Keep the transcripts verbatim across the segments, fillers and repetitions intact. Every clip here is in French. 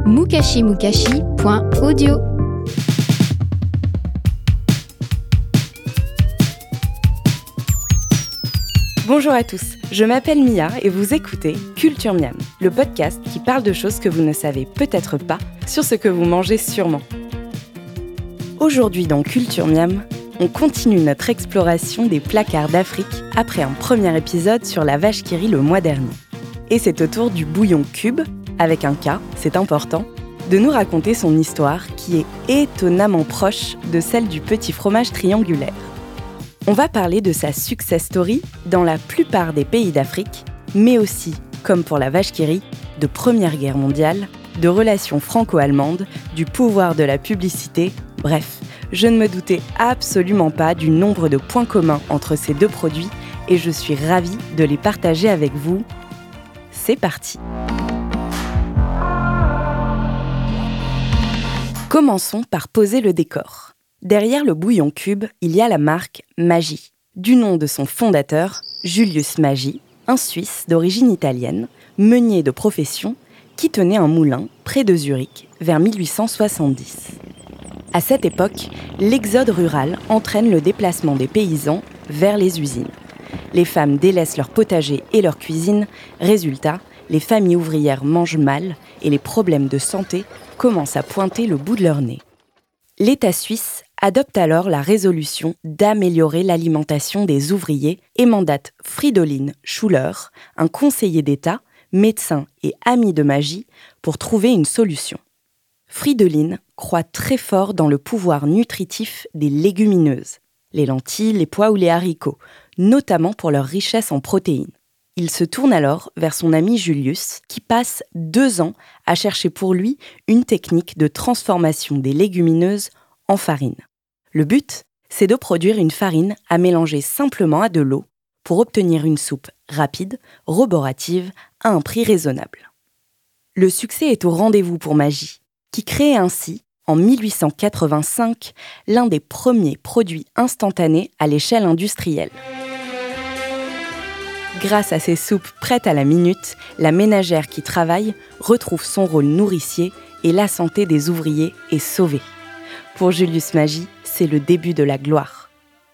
mukashi point audio. Bonjour à tous, je m'appelle Mia et vous écoutez Culture Miam, le podcast qui parle de choses que vous ne savez peut-être pas sur ce que vous mangez sûrement. Aujourd'hui dans Culture Miam, on continue notre exploration des placards d'Afrique après un premier épisode sur la vache qui rit le mois dernier. Et c'est au tour du bouillon cube, avec un K, c'est important, de nous raconter son histoire qui est étonnamment proche de celle du petit fromage triangulaire. On va parler de sa success story dans la plupart des pays d'Afrique, mais aussi, comme pour la vache qui rit, de Première Guerre mondiale, de relations franco-allemandes, du pouvoir de la publicité, bref, je ne me doutais absolument pas du nombre de points communs entre ces deux produits et je suis ravie de les partager avec vous. C'est parti! Commençons par poser le décor. Derrière le bouillon cube, il y a la marque Maggi, du nom de son fondateur, Julius Maggi, un Suisse d'origine italienne, meunier de profession, qui tenait un moulin près de Zurich vers mille huit cent soixante-dix. À cette époque, l'exode rural entraîne le déplacement des paysans vers les usines. Les femmes délaissent leur potager et leur cuisine, résultat, les familles ouvrières mangent mal et les problèmes de santé commencent à pointer le bout de leur nez. L'État suisse adopte alors la résolution d'améliorer l'alimentation des ouvriers et mandate Fridolin Schuler, un conseiller d'État, médecin et ami de Maggi, pour trouver une solution. Fridolin croit très fort dans le pouvoir nutritif des légumineuses, les lentilles, les pois ou les haricots, notamment pour leur richesse en protéines. Il se tourne alors vers son ami Julius, qui passe deux ans à chercher pour lui une technique de transformation des légumineuses en farine. Le but, c'est de produire une farine à mélanger simplement à de l'eau pour obtenir une soupe rapide, roborative, à un prix raisonnable. Le succès est au rendez-vous pour Maggi, qui crée ainsi, en mille huit cent quatre-vingt-cinq, l'un des premiers produits instantanés à l'échelle industrielle. Grâce à ces soupes prêtes à la minute, la ménagère qui travaille retrouve son rôle nourricier et la santé des ouvriers est sauvée. Pour Julius Maggi, c'est le début de la gloire.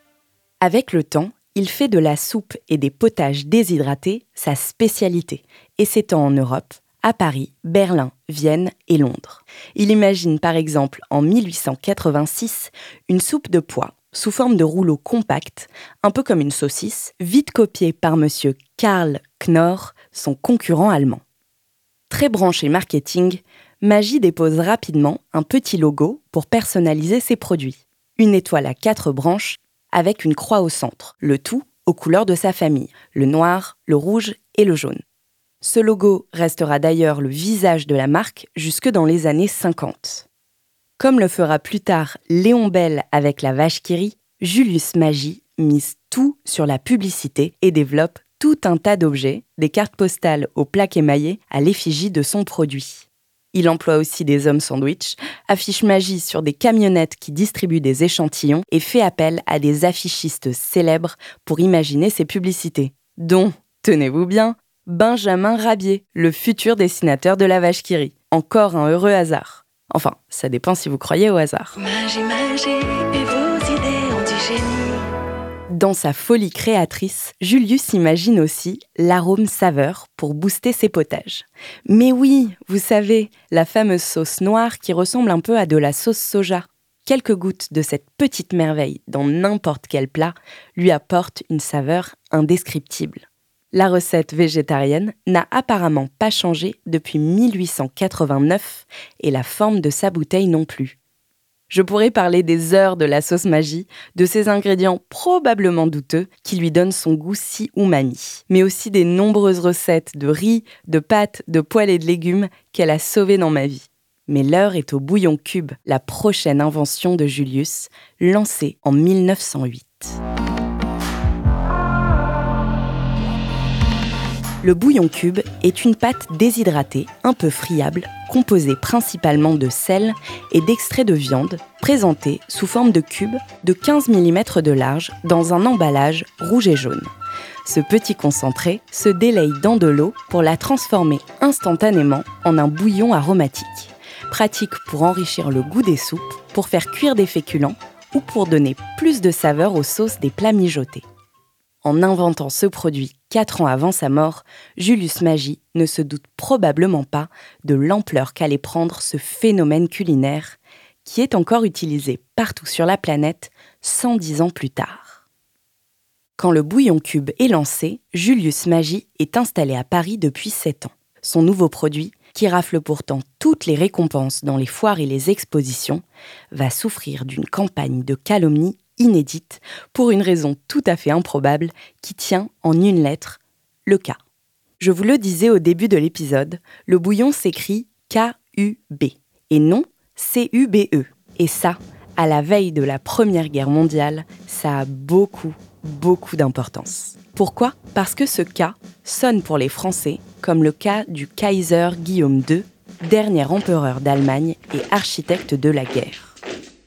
Avec le temps, il fait de la soupe et des potages déshydratés sa spécialité et s'étend en Europe, à Paris, Berlin, Vienne et Londres. Il imagine par exemple en mille huit cent quatre-vingt-six une soupe de pois sous forme de rouleau compact, un peu comme une saucisse, vite copiée par monsieur Karl Knorr, son concurrent allemand. Très branché marketing, Maggi dépose rapidement un petit logo pour personnaliser ses produits. Une étoile à quatre branches avec une croix au centre, le tout aux couleurs de sa famille, le noir, le rouge et le jaune. Ce logo restera d'ailleurs le visage de la marque jusque dans les années cinquante. Comme le fera plus tard Léon Bell avec la vache qui rit, Julius Maggi mise tout sur la publicité et développe tout un tas d'objets, des cartes postales aux plaques émaillées à l'effigie de son produit. Il emploie aussi des hommes sandwich, affiche Maggi sur des camionnettes qui distribuent des échantillons et fait appel à des affichistes célèbres pour imaginer ses publicités, dont, tenez-vous bien, Benjamin Rabier, le futur dessinateur de la vache qui rit. Encore un heureux hasard. Enfin, ça dépend si vous croyez au hasard. Maggi, Maggi, et vos idées ont du génie. Dans sa folie créatrice, Julius imagine aussi l'arôme-saveur pour booster ses potages. Mais oui, vous savez, la fameuse sauce noire qui ressemble un peu à de la sauce soja. Quelques gouttes de cette petite merveille dans n'importe quel plat lui apportent une saveur indescriptible. La recette végétarienne n'a apparemment pas changé depuis mille huit cent quatre-vingt-neuf et la forme de sa bouteille non plus. Je pourrais parler des heures de la sauce Maggi, de ses ingrédients probablement douteux qui lui donnent son goût si umami, mais aussi des nombreuses recettes de riz, de pâtes, de poêles et de légumes qu'elle a sauvées dans ma vie. Mais l'heure est au bouillon cube, la prochaine invention de Julius, lancée en mille neuf cent huit. Le bouillon cube est une pâte déshydratée, un peu friable, composée principalement de sel et d'extrait de viande, présentée sous forme de cubes de quinze millimètres de large dans un emballage rouge et jaune. Ce petit concentré se délaye dans de l'eau pour la transformer instantanément en un bouillon aromatique. pratique pour enrichir le goût des soupes, pour faire cuire des féculents ou pour donner plus de saveur aux sauces des plats mijotés. En inventant ce produit quatre ans avant sa mort, Julius Maggi ne se doute probablement pas de l'ampleur qu'allait prendre ce phénomène culinaire qui est encore utilisé partout sur la planète cent dix ans plus tard. Quand le bouillon cube est lancé, Julius Maggi est installé à Paris depuis sept ans. Son nouveau produit, qui rafle pourtant toutes les récompenses dans les foires et les expositions, va souffrir d'une campagne de calomnie inédite pour une raison tout à fait improbable qui tient en une lettre, le K. Je vous le disais au début de l'épisode, le bouillon s'écrit K U B et non C U B E. Et ça, à la veille de la Première Guerre mondiale, ça a beaucoup, beaucoup d'importance. Pourquoi ? Parce que ce K sonne pour les Français comme le cas du Kaiser Guillaume deux, dernier empereur d'Allemagne et architecte de la guerre.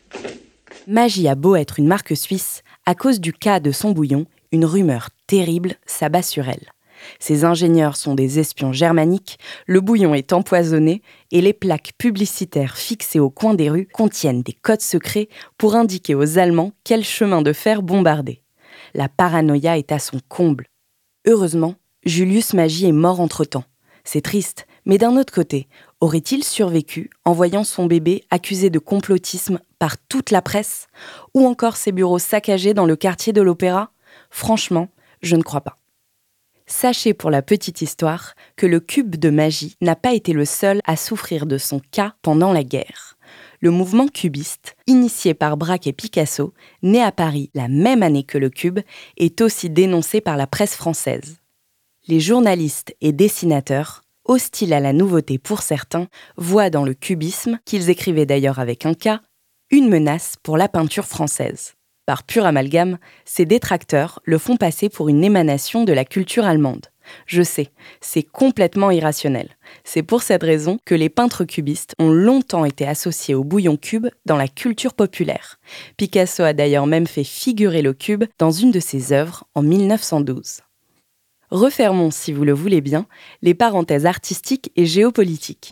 Maggi a beau être une marque suisse, à cause du K de son bouillon, une rumeur terrible s'abat sur elle. Ses ingénieurs sont des espions germaniques, le bouillon est empoisonné et les plaques publicitaires fixées au coin des rues contiennent des codes secrets pour indiquer aux Allemands quel chemin de fer bombarder. La paranoïa est à son comble. Heureusement, Julius Maggi est mort entre-temps. C'est triste, mais d'un autre côté, aurait-il survécu en voyant son bébé accusé de complotisme par toute la presse ou encore ses bureaux saccagés dans le quartier de l'Opéra ? Franchement, je ne crois pas. Sachez pour la petite histoire que le cube de Maggi n'a pas été le seul à souffrir de son cas pendant la guerre. Le mouvement cubiste, initié par Braque et Picasso, né à Paris la même année que le cube, est aussi dénoncé par la presse française. Les journalistes et dessinateurs, hostiles à la nouveauté pour certains, voient dans le cubisme, qu'ils écrivaient d'ailleurs avec un K, une menace pour la peinture française. Par pur amalgame, ces détracteurs le font passer pour une émanation de la culture allemande. Je sais, c'est complètement irrationnel. C'est pour cette raison que les peintres cubistes ont longtemps été associés au bouillon cube dans la culture populaire. Picasso a d'ailleurs même fait figurer le cube dans une de ses œuvres en mille neuf cent douze. Refermons, si vous le voulez bien, les parenthèses artistiques et géopolitiques.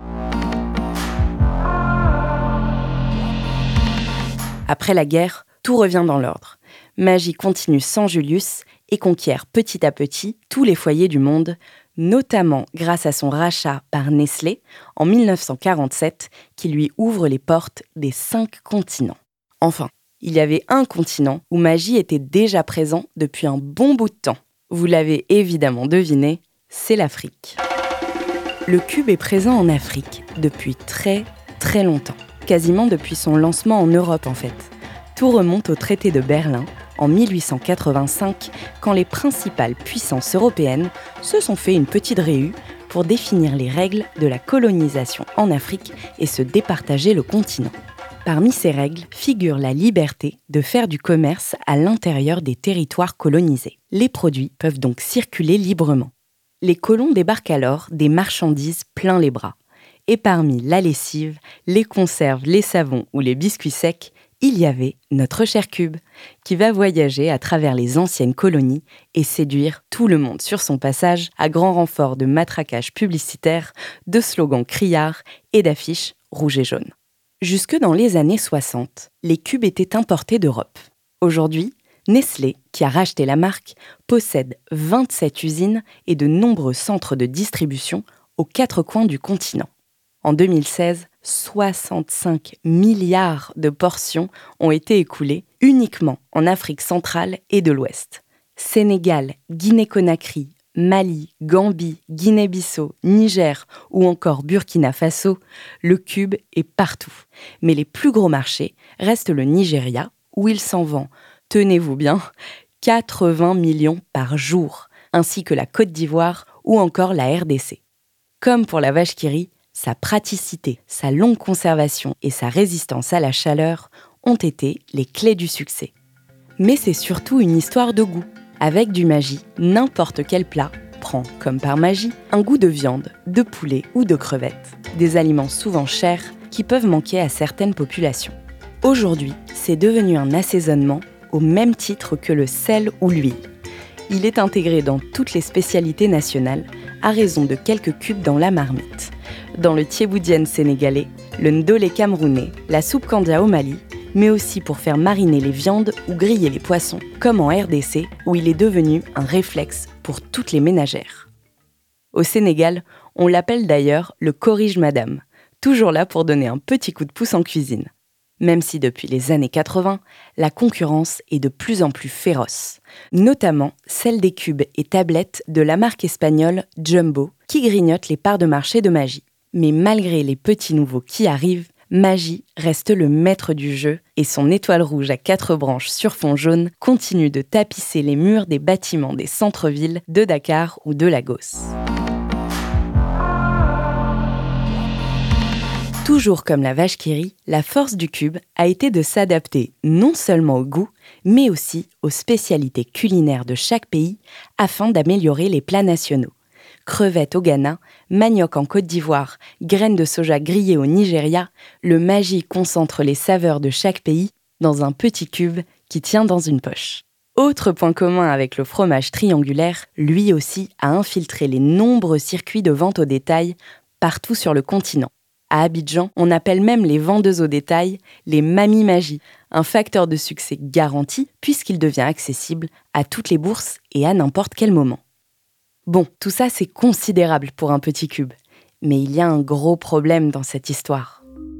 Après la guerre, tout revient dans l'ordre. Maggi continue sans Julius et conquiert petit à petit tous les foyers du monde, notamment grâce à son rachat par Nestlé en mille neuf cent quarante-sept, qui lui ouvre les portes des cinq continents. Enfin, il y avait un continent où Maggi était déjà présent depuis un bon bout de temps. Vous l'avez évidemment deviné, c'est l'Afrique. Le cube est présent en Afrique depuis très très longtemps, quasiment depuis son lancement en Europe en fait. Tout remonte au traité de Berlin, en mille huit cent quatre-vingt-cinq, quand les principales puissances européennes se sont fait une petite réu pour définir les règles de la colonisation en Afrique et se départager le continent. Parmi ces règles figure la liberté de faire du commerce à l'intérieur des territoires colonisés. Les produits peuvent donc circuler librement. Les colons débarquent alors des marchandises plein les bras. Et parmi la lessive, les conserves, les savons ou les biscuits secs, il y avait notre cher cube, qui va voyager à travers les anciennes colonies et séduire tout le monde sur son passage à grand renfort de matraquage publicitaire, de slogans criards et d'affiches rouges et jaunes. Jusque dans les années soixante, les cubes étaient importés d'Europe. Aujourd'hui, Nestlé, qui a racheté la marque, possède vingt-sept usines et de nombreux centres de distribution aux quatre coins du continent. En deux mille seize, soixante-cinq milliards de portions ont été écoulées uniquement en Afrique centrale et de l'Ouest. Sénégal, Guinée-Conakry, Mali, Gambie, Guinée-Bissau, Niger ou encore Burkina Faso, le cube est partout. Mais les plus gros marchés restent le Nigeria, où il s'en vend, tenez-vous bien, quatre-vingts millions par jour, ainsi que la Côte d'Ivoire ou encore la R D C. Comme pour la vache qui rit, sa praticité, sa longue conservation et sa résistance à la chaleur ont été les clés du succès. Mais c'est surtout une histoire de goût. Avec du Maggi, n'importe quel plat prend, comme par magie, un goût de viande, de poulet ou de crevettes. Des aliments souvent chers qui peuvent manquer à certaines populations. Aujourd'hui, c'est devenu un assaisonnement au même titre que le sel ou l'huile. Il est intégré dans toutes les spécialités nationales à raison de quelques cubes dans la marmite. Dans le thieboudienne sénégalais, le ndolé camerounais, la soupe kandia au Mali, mais aussi pour faire mariner les viandes ou griller les poissons, comme en R D C, où il est devenu un réflexe pour toutes les ménagères. Au Sénégal, on l'appelle d'ailleurs le corrige madame, toujours là pour donner un petit coup de pouce en cuisine. Même si depuis les années quatre-vingts, la concurrence est de plus en plus féroce, notamment celle des cubes et tablettes de la marque espagnole Jumbo, qui grignotent les parts de marché de Maggi. Mais malgré les petits nouveaux qui arrivent, Maggi reste le maître du jeu et son étoile rouge à quatre branches sur fond jaune continue de tapisser les murs des bâtiments des centres-villes de Dakar ou de Lagos. Toujours comme la vache qui rit, la force du cube a été de s'adapter non seulement au goût, mais aussi aux spécialités culinaires de chaque pays afin d'améliorer les plats nationaux. Crevettes au Ghana, manioc en Côte d'Ivoire, graines de soja grillées au Nigeria, le Maggi concentre les saveurs de chaque pays dans un petit cube qui tient dans une poche. Autre point commun avec le fromage triangulaire, lui aussi a infiltré les nombreux circuits de vente au détail partout sur le continent. À Abidjan, on appelle même les vendeuses au détail les mamies Maggi, un facteur de succès garanti puisqu'il devient accessible à toutes les bourses et à n'importe quel moment. Bon, tout ça c'est considérable pour un petit cube, mais il y a un gros problème dans cette histoire.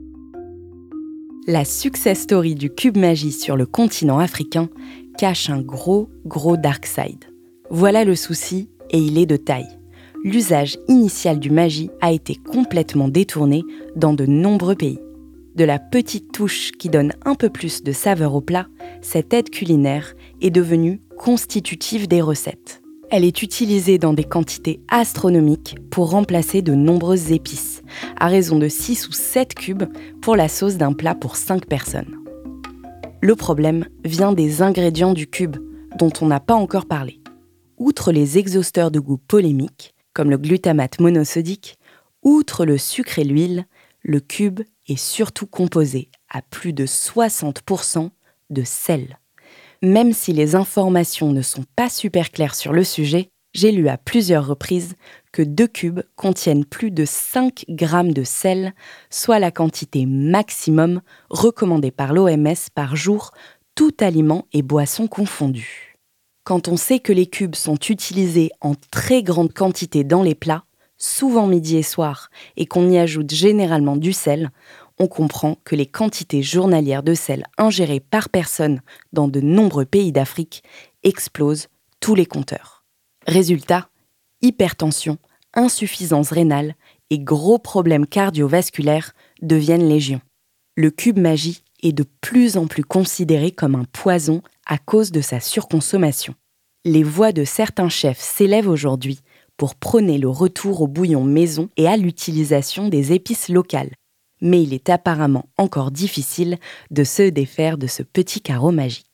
La success story du cube Maggi sur le continent africain cache un gros, gros dark side. Voilà le souci, et il est de taille. L'usage initial du Maggi a été complètement détourné dans de nombreux pays. De la petite touche qui donne un peu plus de saveur au plat, cette aide culinaire est devenue constitutive des recettes. Elle est utilisée dans des quantités astronomiques pour remplacer de nombreuses épices, à raison de six ou sept cubes pour la sauce d'un plat pour cinq personnes. Le problème vient des ingrédients du cube, dont on n'a pas encore parlé. Outre les exhausteurs de goût polémiques, comme le glutamate monosodique, outre le sucre et l'huile, le cube est surtout composé à plus de soixante pour cent de sel. Même si les informations ne sont pas super claires sur le sujet, j'ai lu à plusieurs reprises que deux cubes contiennent plus de cinq grammes de sel, soit la quantité maximum recommandée par l'O M S par jour, tout aliment et boisson confondus. Quand on sait que les cubes sont utilisés en très grande quantité dans les plats, souvent midi et soir, et qu'on y ajoute généralement du sel, on comprend que les quantités journalières de sel ingérées par personne dans de nombreux pays d'Afrique explosent tous les compteurs. Résultat, hypertension, insuffisance rénale et gros problèmes cardiovasculaires deviennent légion. Le cube Maggi est de plus en plus considéré comme un poison à cause de sa surconsommation. Les voix de certains chefs s'élèvent aujourd'hui pour prôner le retour au bouillon maison et à l'utilisation des épices locales. Mais il est apparemment encore difficile de se défaire de ce petit carreau magique.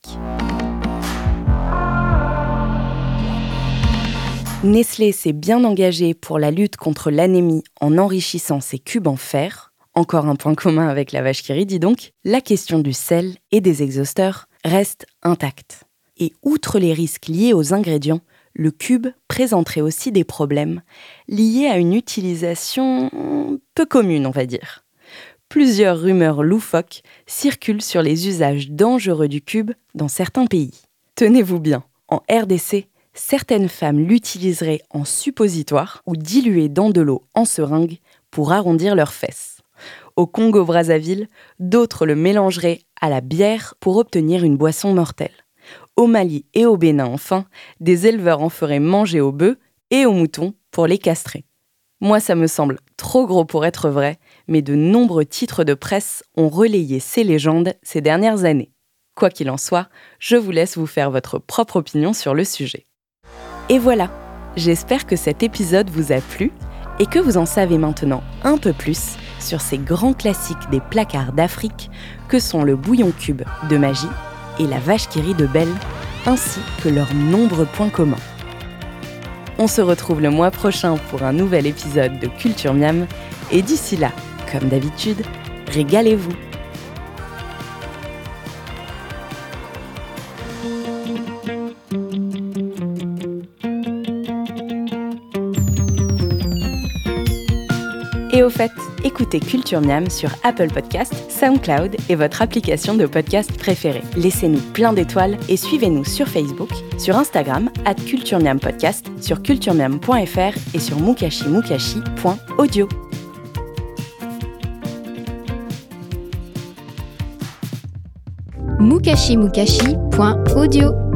Nestlé s'est bien engagé pour la lutte contre l'anémie en enrichissant ses cubes en fer. Encore un point commun avec la vache qui rit, dis donc. La question du sel et des exhausteurs reste intacte. Et outre les risques liés aux ingrédients, le cube présenterait aussi des problèmes liés à une utilisation peu commune, on va dire. Plusieurs rumeurs loufoques circulent sur les usages dangereux du cube dans certains pays. Tenez-vous bien, en R D C, certaines femmes l'utiliseraient en suppositoire ou diluées dans de l'eau en seringue pour arrondir leurs fesses. Au Congo-Brazzaville, d'autres le mélangeraient à la bière pour obtenir une boisson mortelle. Au Mali et au Bénin, enfin, des éleveurs en feraient manger aux bœufs et aux moutons pour les castrer. Moi, ça me semble trop gros pour être vrai, mais de nombreux titres de presse ont relayé ces légendes ces dernières années. Quoi qu'il en soit, je vous laisse vous faire votre propre opinion sur le sujet. Et voilà, j'espère que cet épisode vous a plu et que vous en savez maintenant un peu plus sur ces grands classiques des placards d'Afrique que sont le bouillon cube de Maggi et la vache qui rit de Belle, ainsi que leurs nombreux points communs. On se retrouve le mois prochain pour un nouvel épisode de Culture Miam, et d'ici là, comme d'habitude, régalez-vous. Et au fait, écoutez, écoutez Culture Miam sur Apple Podcast, SoundCloud et votre application de podcast préférée. Laissez-nous plein d'étoiles et suivez-nous sur Facebook, sur Instagram, arobase culture miam podcast, sur culture miam point f r et sur mukashi mukashi point audio. mukashi mukashi point audio